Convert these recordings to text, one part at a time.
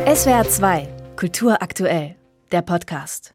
SWR 2, Kultur aktuell, der Podcast.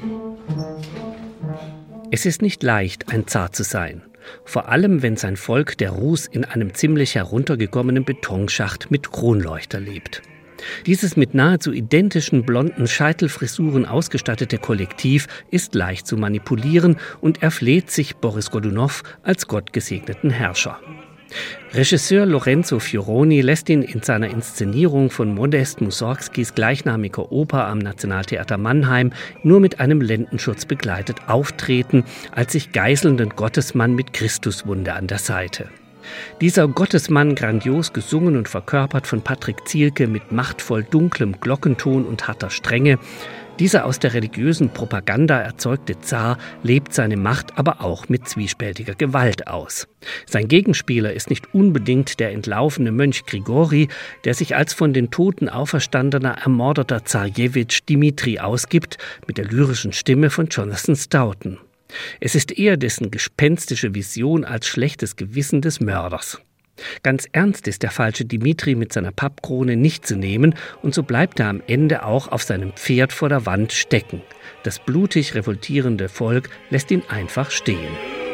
Es ist nicht leicht, ein Zar zu sein. Vor allem, wenn sein Volk der Rus in einem ziemlich heruntergekommenen Betonschacht mit Kronleuchter lebt. Dieses mit nahezu identischen blonden Scheitelfrisuren ausgestattete Kollektiv ist leicht zu manipulieren und erfleht sich Boris Godunow als gottgesegneten Herrscher. Regisseur Lorenzo Fioroni lässt ihn in seiner Inszenierung von Modest Mussorgskis gleichnamiger Oper am Nationaltheater Mannheim nur mit einem Lendenschutz begleitet auftreten, als sich geißelnden Gottesmann mit Christuswunde an der Seite. Dieser Gottesmann, grandios gesungen und verkörpert von Patrick Zielke mit machtvoll dunklem Glockenton und harter Strenge, dieser aus der religiösen Propaganda erzeugte Zar lebt seine Macht aber auch mit zwiespältiger Gewalt aus. Sein Gegenspieler ist nicht unbedingt der entlaufene Mönch Grigori, der sich als von den Toten auferstandener ermordeter Zarjewitsch Dimitri ausgibt, mit der lyrischen Stimme von Jonathan Stoughton. Es ist eher dessen gespenstische Vision als schlechtes Gewissen des Mörders. Ganz ernst ist der falsche Dimitri mit seiner Pappkrone nicht zu nehmen und so bleibt er am Ende auch auf seinem Pferd vor der Wand stecken. Das blutig revoltierende Volk lässt ihn einfach stehen.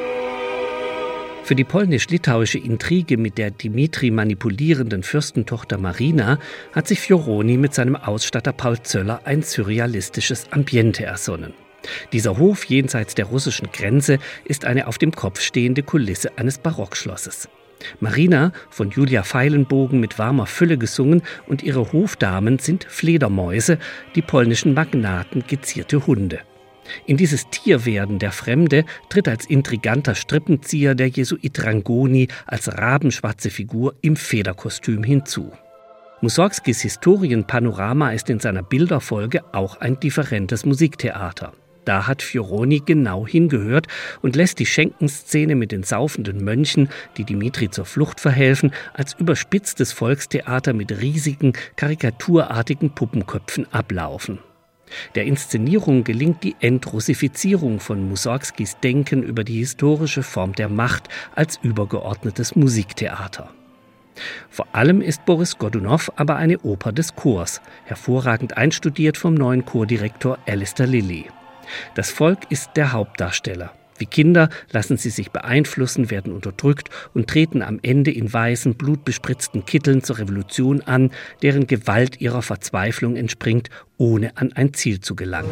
Für die polnisch-litauische Intrige mit der Dimitri manipulierenden Fürstentochter Marina hat sich Fioroni mit seinem Ausstatter Paul Zöller ein surrealistisches Ambiente ersonnen. Dieser Hof jenseits der russischen Grenze ist eine auf dem Kopf stehende Kulisse eines Barockschlosses. Marina, von Julia Feilenbogen mit warmer Fülle gesungen, und ihre Hofdamen sind Fledermäuse, die polnischen Magnaten gezierte Hunde. In dieses Tierwerden der Fremde tritt als intriganter Strippenzieher der Jesuit Rangoni als rabenschwarze Figur im Federkostüm hinzu. Mussorgskis Historienpanorama ist in seiner Bilderfolge auch ein differentes Musiktheater. Da hat Fioroni genau hingehört und lässt die Schenkenszene mit den saufenden Mönchen, die Dimitri zur Flucht verhelfen, als überspitztes Volkstheater mit riesigen, karikaturartigen Puppenköpfen ablaufen. Der Inszenierung gelingt die Entrussifizierung von Mussorgskis Denken über die historische Form der Macht als übergeordnetes Musiktheater. Vor allem ist Boris Godunow aber eine Oper des Chors, hervorragend einstudiert vom neuen Chordirektor Alistair Lilly. Das Volk ist der Hauptdarsteller. Wie Kinder lassen sie sich beeinflussen, werden unterdrückt und treten am Ende in weißen, blutbespritzten Kitteln zur Revolution an, deren Gewalt ihrer Verzweiflung entspringt, ohne an ein Ziel zu gelangen.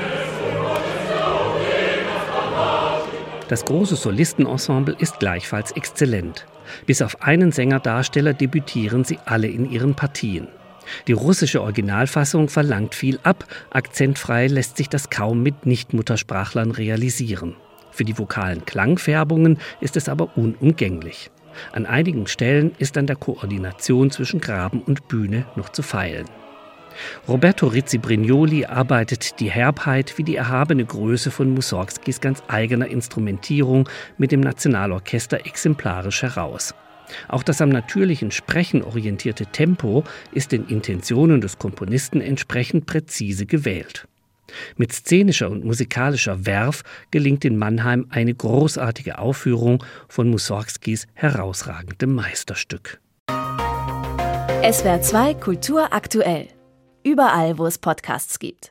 Das große Solistenensemble ist gleichfalls exzellent. Bis auf einen Sängerdarsteller debütieren sie alle in ihren Partien. Die russische Originalfassung verlangt viel ab, akzentfrei lässt sich das kaum mit Nichtmuttersprachlern realisieren. Für die vokalen Klangfärbungen ist es aber unumgänglich. An einigen Stellen ist an der Koordination zwischen Graben und Bühne noch zu feilen. Roberto Rizzi-Brignoli arbeitet die Herbheit wie die erhabene Größe von Mussorgskis ganz eigener Instrumentierung mit dem Nationalorchester exemplarisch heraus. Auch das am natürlichen Sprechen orientierte Tempo ist den Intentionen des Komponisten entsprechend präzise gewählt. Mit szenischer und musikalischer Verve gelingt in Mannheim eine großartige Aufführung von Mussorgskis herausragendem Meisterstück. SWR 2 Kultur aktuell. Überall, wo es Podcasts gibt.